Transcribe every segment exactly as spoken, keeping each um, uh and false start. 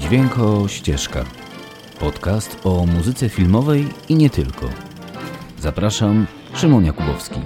Dźwięko Ścieżka. Podcast o muzyce filmowej i nie tylko. Zapraszam, Szymon Jakubowski.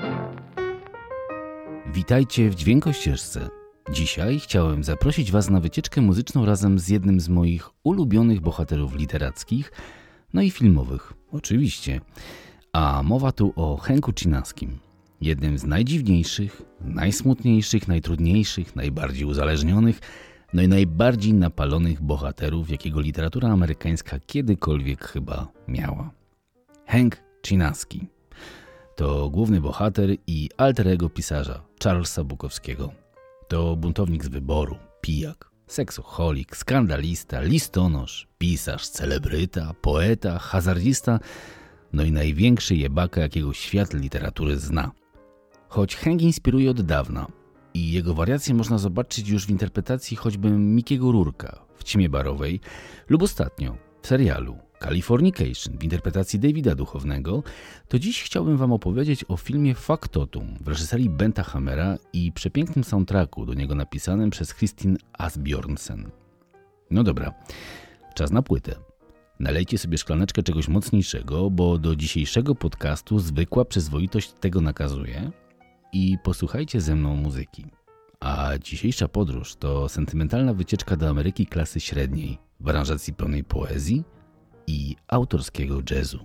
Witajcie w Dźwięko Ścieżce. Dzisiaj chciałem zaprosić Was na wycieczkę muzyczną razem z jednym z moich ulubionych bohaterów literackich, no i filmowych, oczywiście. A mowa tu o Henku Chinaskim. Jednym z najdziwniejszych, najsmutniejszych, najtrudniejszych, najbardziej uzależnionych, no i najbardziej napalonych bohaterów, jakiego literatura amerykańska kiedykolwiek chyba miała. Hank Chinaski to główny bohater i alter ego pisarza Charlesa Bukowskiego. To buntownik z wyboru, pijak, seksoholik, skandalista, listonosz, pisarz, celebryta, poeta, hazardzista, no i największy jebaka, jakiego świat literatury zna. Choć Hank inspiruje od dawna i jego wariacje można zobaczyć już w interpretacji choćby Mickiego Rourke'a w Ćmie barowej lub ostatnio w serialu Californication w interpretacji Davida Duchovnego, to dziś chciałbym Wam opowiedzieć o filmie Factotum w reżyserii Benta Hamera i przepięknym soundtracku do niego napisanym przez Kristin Asbjornsen. No dobra, czas na płytę. Nalejcie sobie szklaneczkę czegoś mocniejszego, bo do dzisiejszego podcastu zwykła przyzwoitość tego nakazuje i posłuchajcie ze mną muzyki. A dzisiejsza podróż to sentymentalna wycieczka do Ameryki klasy średniej w aranżacji pełnej poezji i autorskiego jazzu.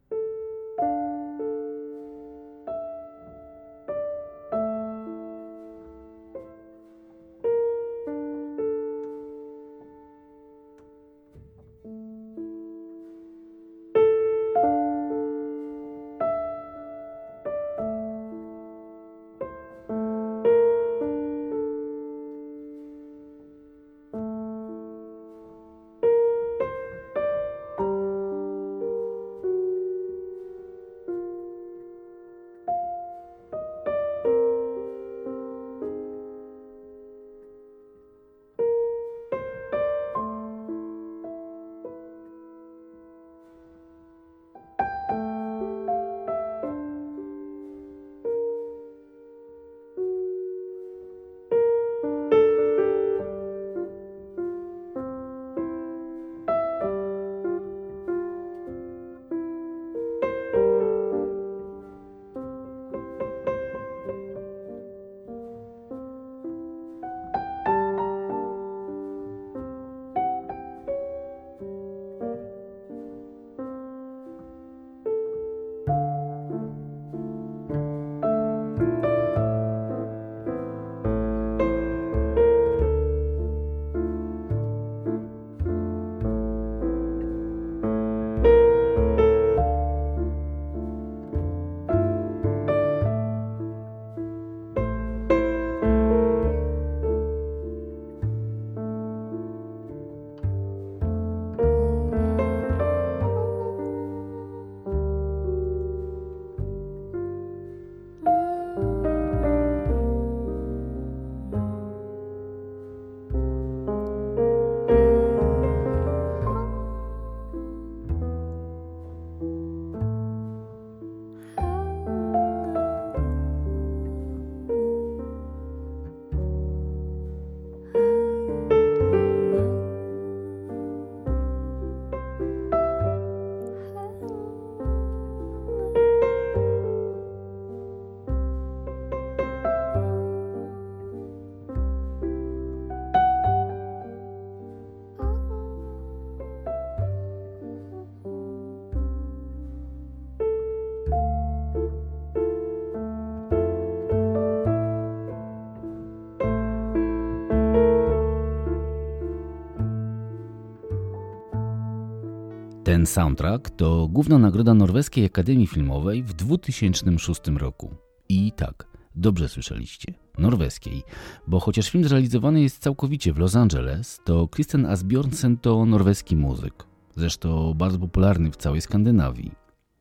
Ten soundtrack to główna nagroda Norweskiej Akademii Filmowej w dwa tysiące szóstym roku. I tak, dobrze słyszeliście, norweskiej, bo chociaż film zrealizowany jest całkowicie w Los Angeles, to Kristin Asbjornsen to norweski muzyk, zresztą bardzo popularny w całej Skandynawii.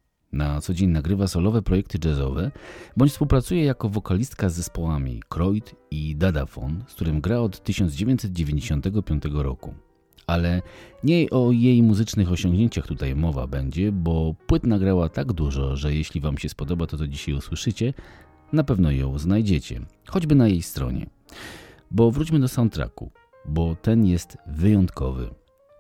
Na co dzień nagrywa solowe projekty jazzowe, bądź współpracuje jako wokalistka z zespołami Kroyd i Dadafon, z którym gra od tysiąc dziewięćset dziewięćdziesiątego piątego roku. Ale nie o jej muzycznych osiągnięciach tutaj mowa będzie, bo płyt nagrała tak dużo, że jeśli Wam się spodoba to, co dzisiaj usłyszycie, na pewno ją znajdziecie, choćby na jej stronie. Bo wróćmy do soundtracku, bo ten jest wyjątkowy.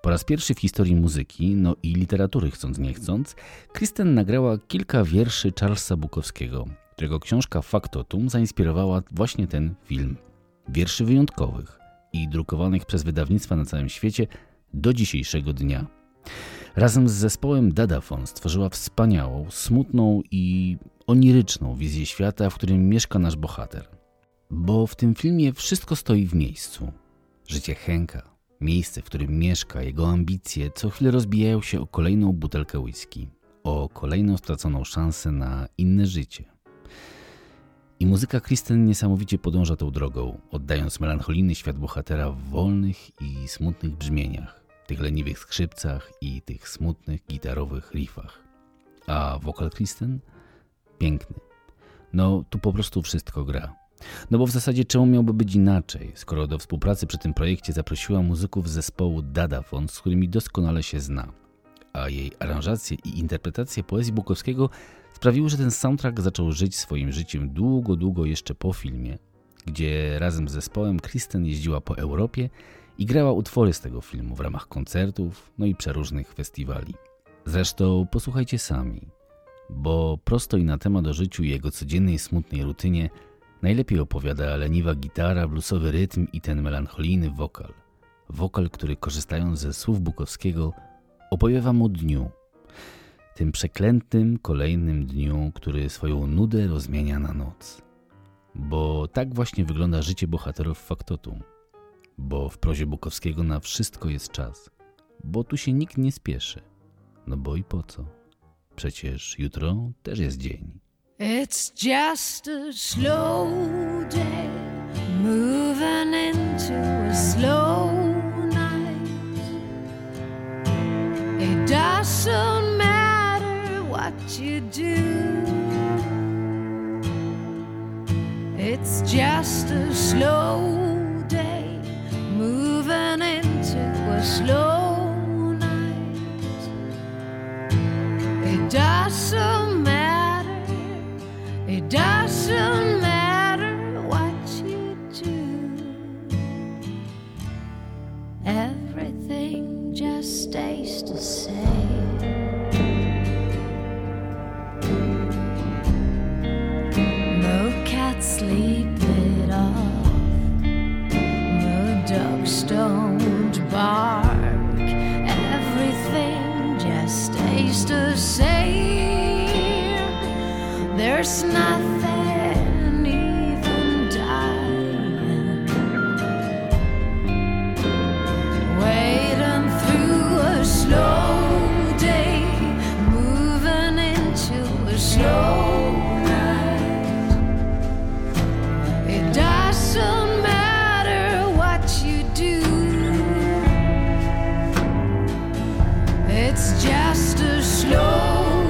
Po raz pierwszy w historii muzyki, no i literatury chcąc nie chcąc, Kristen nagrała kilka wierszy Charlesa Bukowskiego, którego książka Factotum zainspirowała właśnie ten film. Wierszy wyjątkowych i drukowanych przez wydawnictwa na całym świecie do dzisiejszego dnia. Razem z zespołem Dadaphone stworzyła wspaniałą, smutną i oniryczną wizję świata, w którym mieszka nasz bohater. Bo w tym filmie wszystko stoi w miejscu. Życie Henka, miejsce, w którym mieszka, jego ambicje co chwilę rozbijają się o kolejną butelkę whisky, o kolejną straconą szansę na inne życie. I muzyka Kristen niesamowicie podąża tą drogą, oddając melancholijny świat bohatera w wolnych i smutnych brzmieniach, tych leniwych skrzypcach i tych smutnych gitarowych riffach. A wokal Kristen? Piękny. No, tu po prostu wszystko gra. No bo w zasadzie czemu miałby być inaczej, skoro do współpracy przy tym projekcie zaprosiła muzyków z zespołu Dadaphone, z którymi doskonale się zna. A jej aranżacje i interpretacje poezji Bukowskiego sprawiły, że ten soundtrack zaczął żyć swoim życiem długo, długo jeszcze po filmie, gdzie razem z zespołem Kristen jeździła po Europie i grała utwory z tego filmu w ramach koncertów, no i przeróżnych festiwali. Zresztą posłuchajcie sami, bo prosto i na temat o życiu i jego codziennej smutnej rutynie najlepiej opowiada leniwa gitara, bluesowy rytm i ten melancholijny wokal. Wokal, który korzystając ze słów Bukowskiego opowie wam o dniu. Tym przeklętym kolejnym dniu, który swoją nudę rozmienia na noc. Bo tak właśnie wygląda życie bohaterów Factotum. Bo w prozie Bukowskiego na wszystko jest czas. Bo tu się nikt nie spieszy. No bo i po co? Przecież jutro też jest dzień. It's just a slow day, moving into a slow night. It doesn't matter what you do. It's just a slow day, moving into a slow night. It doesn't matter. It doesn't matter what you do. Everything just stays the same. No cat sleep it off. No dogs don't bark. Everything just stays the same. There's nothing even dying, waiting through a slow day, moving into a slow night. It doesn't matter what you do. It's just a slow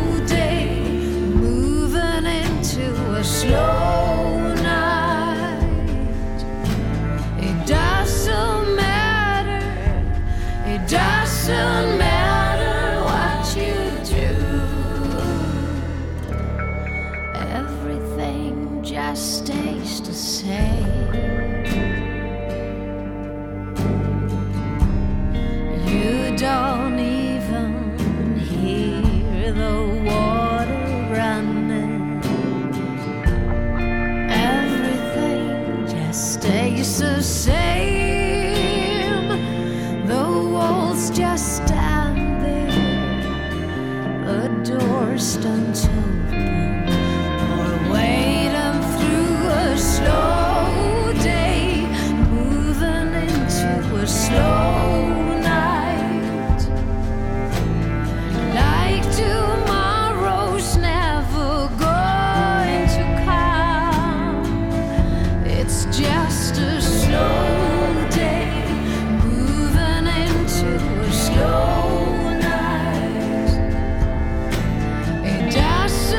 a slow night. It doesn't matter. It doesn't matter what you do. Everything just stays the same. You don't even hear the water running. Stays the same. The walls just stand there. The doors don't open. We're waiting through a slow day, moving into a slow night. Like tomorrow's never going to come. It's just a slow day, moving into a slow night. It does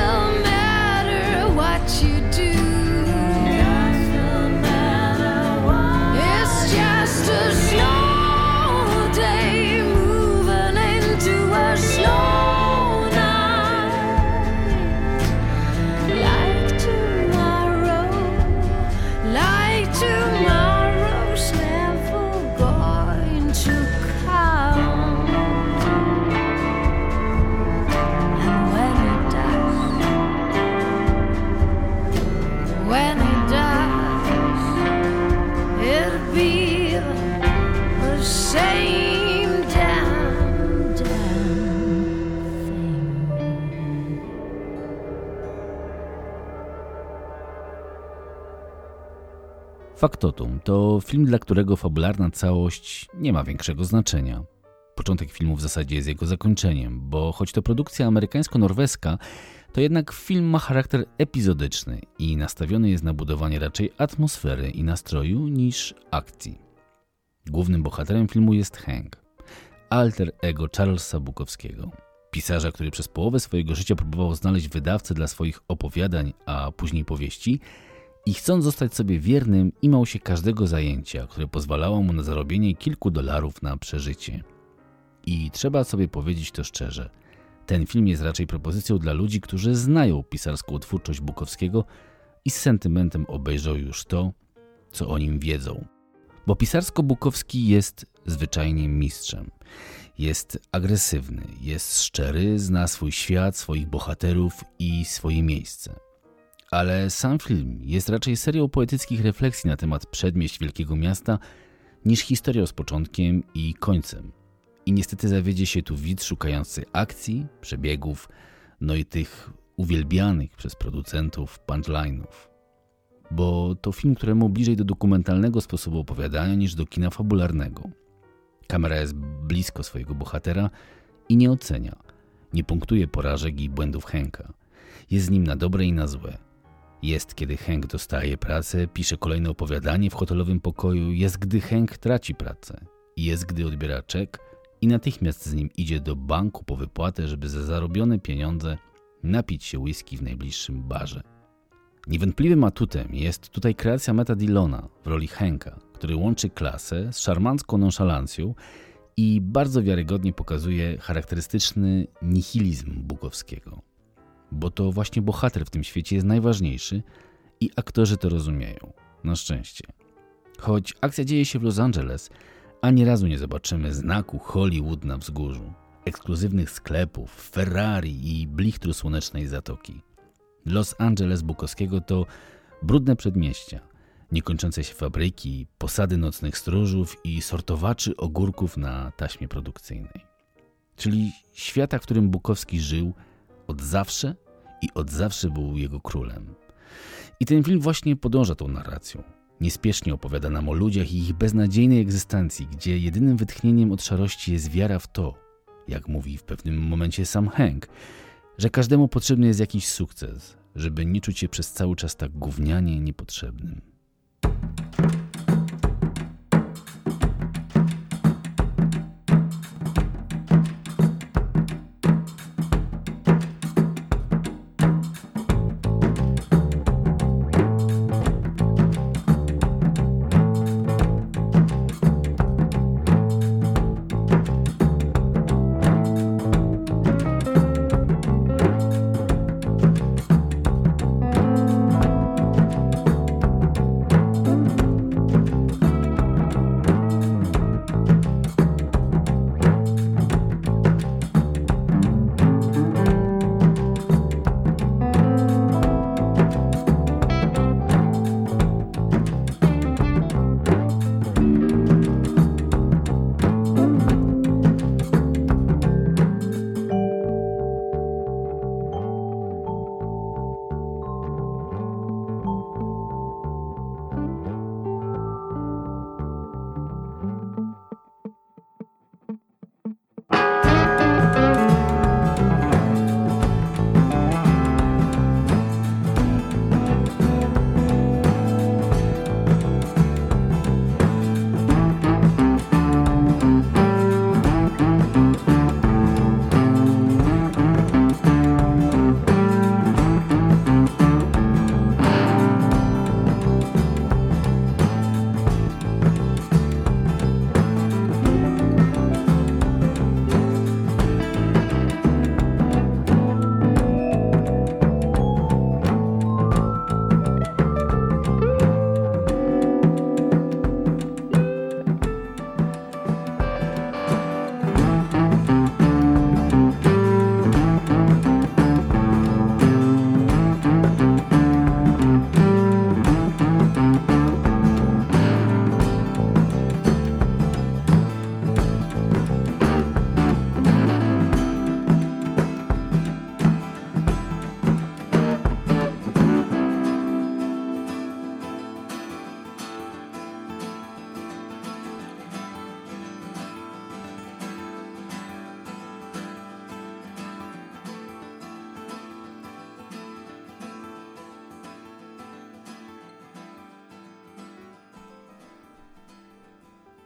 Faktotum to film, dla którego fabularna całość nie ma większego znaczenia. Początek filmu w zasadzie jest jego zakończeniem, bo choć to produkcja amerykańsko-norweska, to jednak film ma charakter epizodyczny i nastawiony jest na budowanie raczej atmosfery i nastroju niż akcji. Głównym bohaterem filmu jest Hank, alter ego Charlesa Bukowskiego, pisarza, który przez połowę swojego życia próbował znaleźć wydawcę dla swoich opowiadań, a później powieści i chcąc zostać sobie wiernym, imał się każdego zajęcia, które pozwalało mu na zarobienie kilku dolarów na przeżycie. I trzeba sobie powiedzieć to szczerze, ten film jest raczej propozycją dla ludzi, którzy znają pisarską twórczość Bukowskiego i z sentymentem obejrzą już to, co o nim wiedzą. Bo pisarsko Bukowski jest zwyczajnie mistrzem. Jest agresywny, jest szczery, zna swój świat, swoich bohaterów i swoje miejsce. Ale sam film jest raczej serią poetyckich refleksji na temat przedmieść wielkiego miasta niż historią z początkiem i końcem. I niestety zawiedzie się tu widz szukający akcji, przebiegów, no i tych uwielbianych przez producentów punchline'ów. Bo to film, któremu bliżej do dokumentalnego sposobu opowiadania niż do kina fabularnego. Kamera jest blisko swojego bohatera i nie ocenia, nie punktuje porażek i błędów Hanka. Jest z nim na dobre i na złe. Jest, kiedy Hank dostaje pracę, pisze kolejne opowiadanie w hotelowym pokoju, jest, gdy Hank traci pracę. I jest, gdy odbiera czek i natychmiast z nim idzie do banku po wypłatę, żeby za zarobione pieniądze napić się whisky w najbliższym barze. Niewątpliwym atutem jest tutaj kreacja Matta Dillona w roli Hanka, który łączy klasę z szarmancką nonszalancją i bardzo wiarygodnie pokazuje charakterystyczny nihilizm Bukowskiego. Bo to właśnie bohater w tym świecie jest najważniejszy i aktorzy to rozumieją. Na szczęście. Choć akcja dzieje się w Los Angeles, ani razu nie zobaczymy znaku Hollywood na wzgórzu, ekskluzywnych sklepów, Ferrari i blichtru słonecznej zatoki. Los Angeles Bukowskiego to brudne przedmieścia, niekończące się fabryki, posady nocnych stróżów i sortowaczy ogórków na taśmie produkcyjnej. Czyli świata, w którym Bukowski żył od zawsze i od zawsze był jego królem. I ten film właśnie podąża tą narracją. Niespiesznie opowiada nam o ludziach i ich beznadziejnej egzystencji, gdzie jedynym wytchnieniem od szarości jest wiara w to, jak mówi w pewnym momencie sam Hank, że każdemu potrzebny jest jakiś sukces, żeby nie czuć się przez cały czas tak gównianie niepotrzebnym.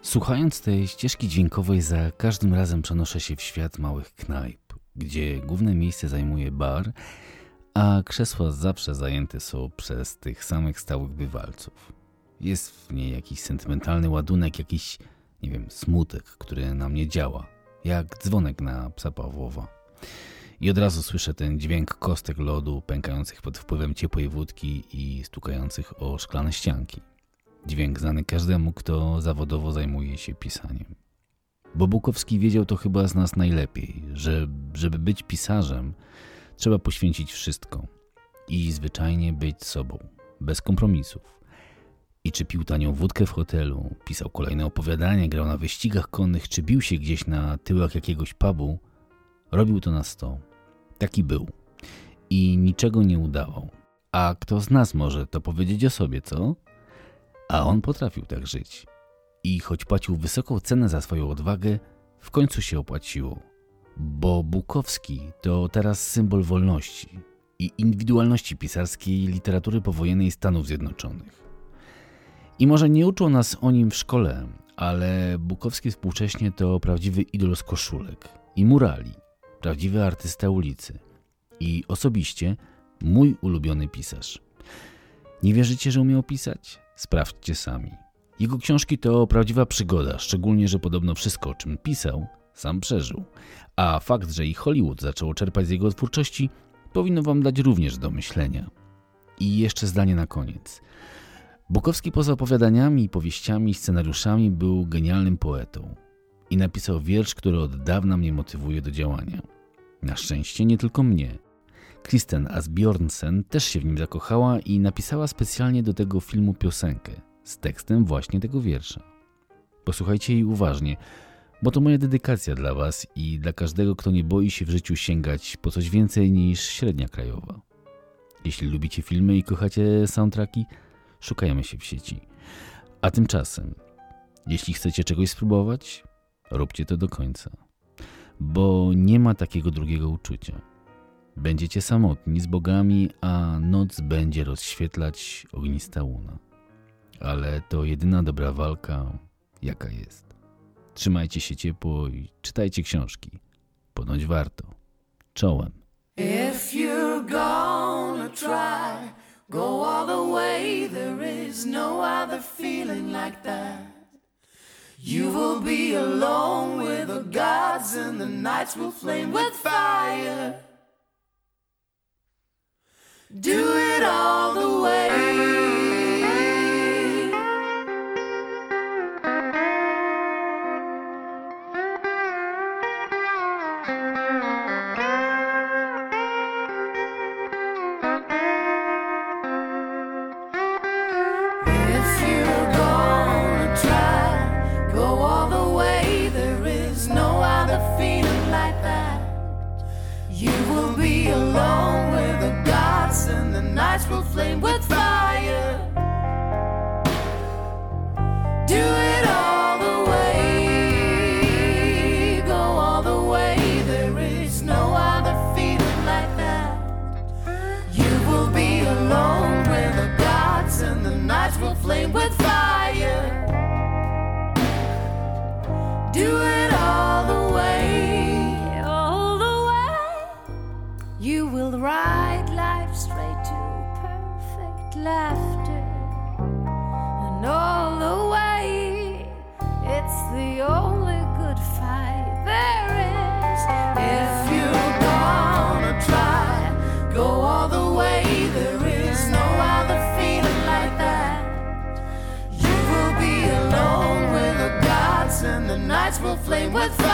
Słuchając tej ścieżki dźwiękowej, za każdym razem przenoszę się w świat małych knajp, gdzie główne miejsce zajmuje bar, a krzesła zawsze zajęte są przez tych samych stałych bywalców. Jest w niej jakiś sentymentalny ładunek, jakiś, nie wiem, smutek, który na mnie działa, jak dzwonek na psa Pawłowa. I od razu słyszę ten dźwięk kostek lodu pękających pod wpływem ciepłej wódki i stukających o szklane ścianki. Dźwięk znany każdemu, kto zawodowo zajmuje się pisaniem. Bo Bukowski wiedział to chyba z nas najlepiej, że żeby być pisarzem, trzeba poświęcić wszystko i zwyczajnie być sobą, bez kompromisów. I czy pił tanią wódkę w hotelu, pisał kolejne opowiadania, grał na wyścigach konnych, czy bił się gdzieś na tyłach jakiegoś pubu, robił to na sto. Taki był. I niczego nie udawał. A kto z nas może to powiedzieć o sobie, co? A on potrafił tak żyć. I choć płacił wysoką cenę za swoją odwagę, w końcu się opłaciło. Bo Bukowski to teraz symbol wolności i indywidualności pisarskiej literatury powojennej Stanów Zjednoczonych. I może nie uczą nas o nim w szkole, ale Bukowski współcześnie to prawdziwy idol z koszulek i murali, prawdziwy artysta ulicy i osobiście mój ulubiony pisarz. Nie wierzycie, że umiał pisać? Sprawdźcie sami. Jego książki to prawdziwa przygoda, szczególnie, że podobno wszystko, o czym pisał, sam przeżył. A fakt, że i Hollywood zaczęło czerpać z jego twórczości, powinno wam dać również do myślenia. I jeszcze zdanie na koniec. Bukowski poza opowiadaniami, powieściami, scenariuszami był genialnym poetą. I napisał wiersz, który od dawna mnie motywuje do działania. Na szczęście nie tylko mnie. Kristen Asbjornsen też się w nim zakochała i napisała specjalnie do tego filmu piosenkę z tekstem właśnie tego wiersza. Posłuchajcie jej uważnie, bo to moja dedykacja dla was i dla każdego, kto nie boi się w życiu sięgać po coś więcej niż średnia krajowa. Jeśli lubicie filmy i kochacie soundtracki, szukajmy się w sieci. A tymczasem, jeśli chcecie czegoś spróbować, róbcie to do końca. Bo nie ma takiego drugiego uczucia. Będziecie samotni z bogami, a noc będzie rozświetlać ognista łuna. Ale to jedyna dobra walka, jaka jest. Trzymajcie się ciepło i czytajcie książki. Ponoć warto. Czołem. If you're gonna try, go all the way, there is no other feeling like that. You will be alone with the gods and the nights will flame with fire. Do it all the way. Will flame with fire. Do it all the way. Go all the way. There is no other feeling like that. You will be alone with the gods and the nights will flame with fire. Do it all the way. All the way. You will ride life straight to laughter, and all the way, it's the only good fight there is. If you're gonna try, go all the way, there is no other feeling like that. You will be alone with the gods and the nights will flame with fire.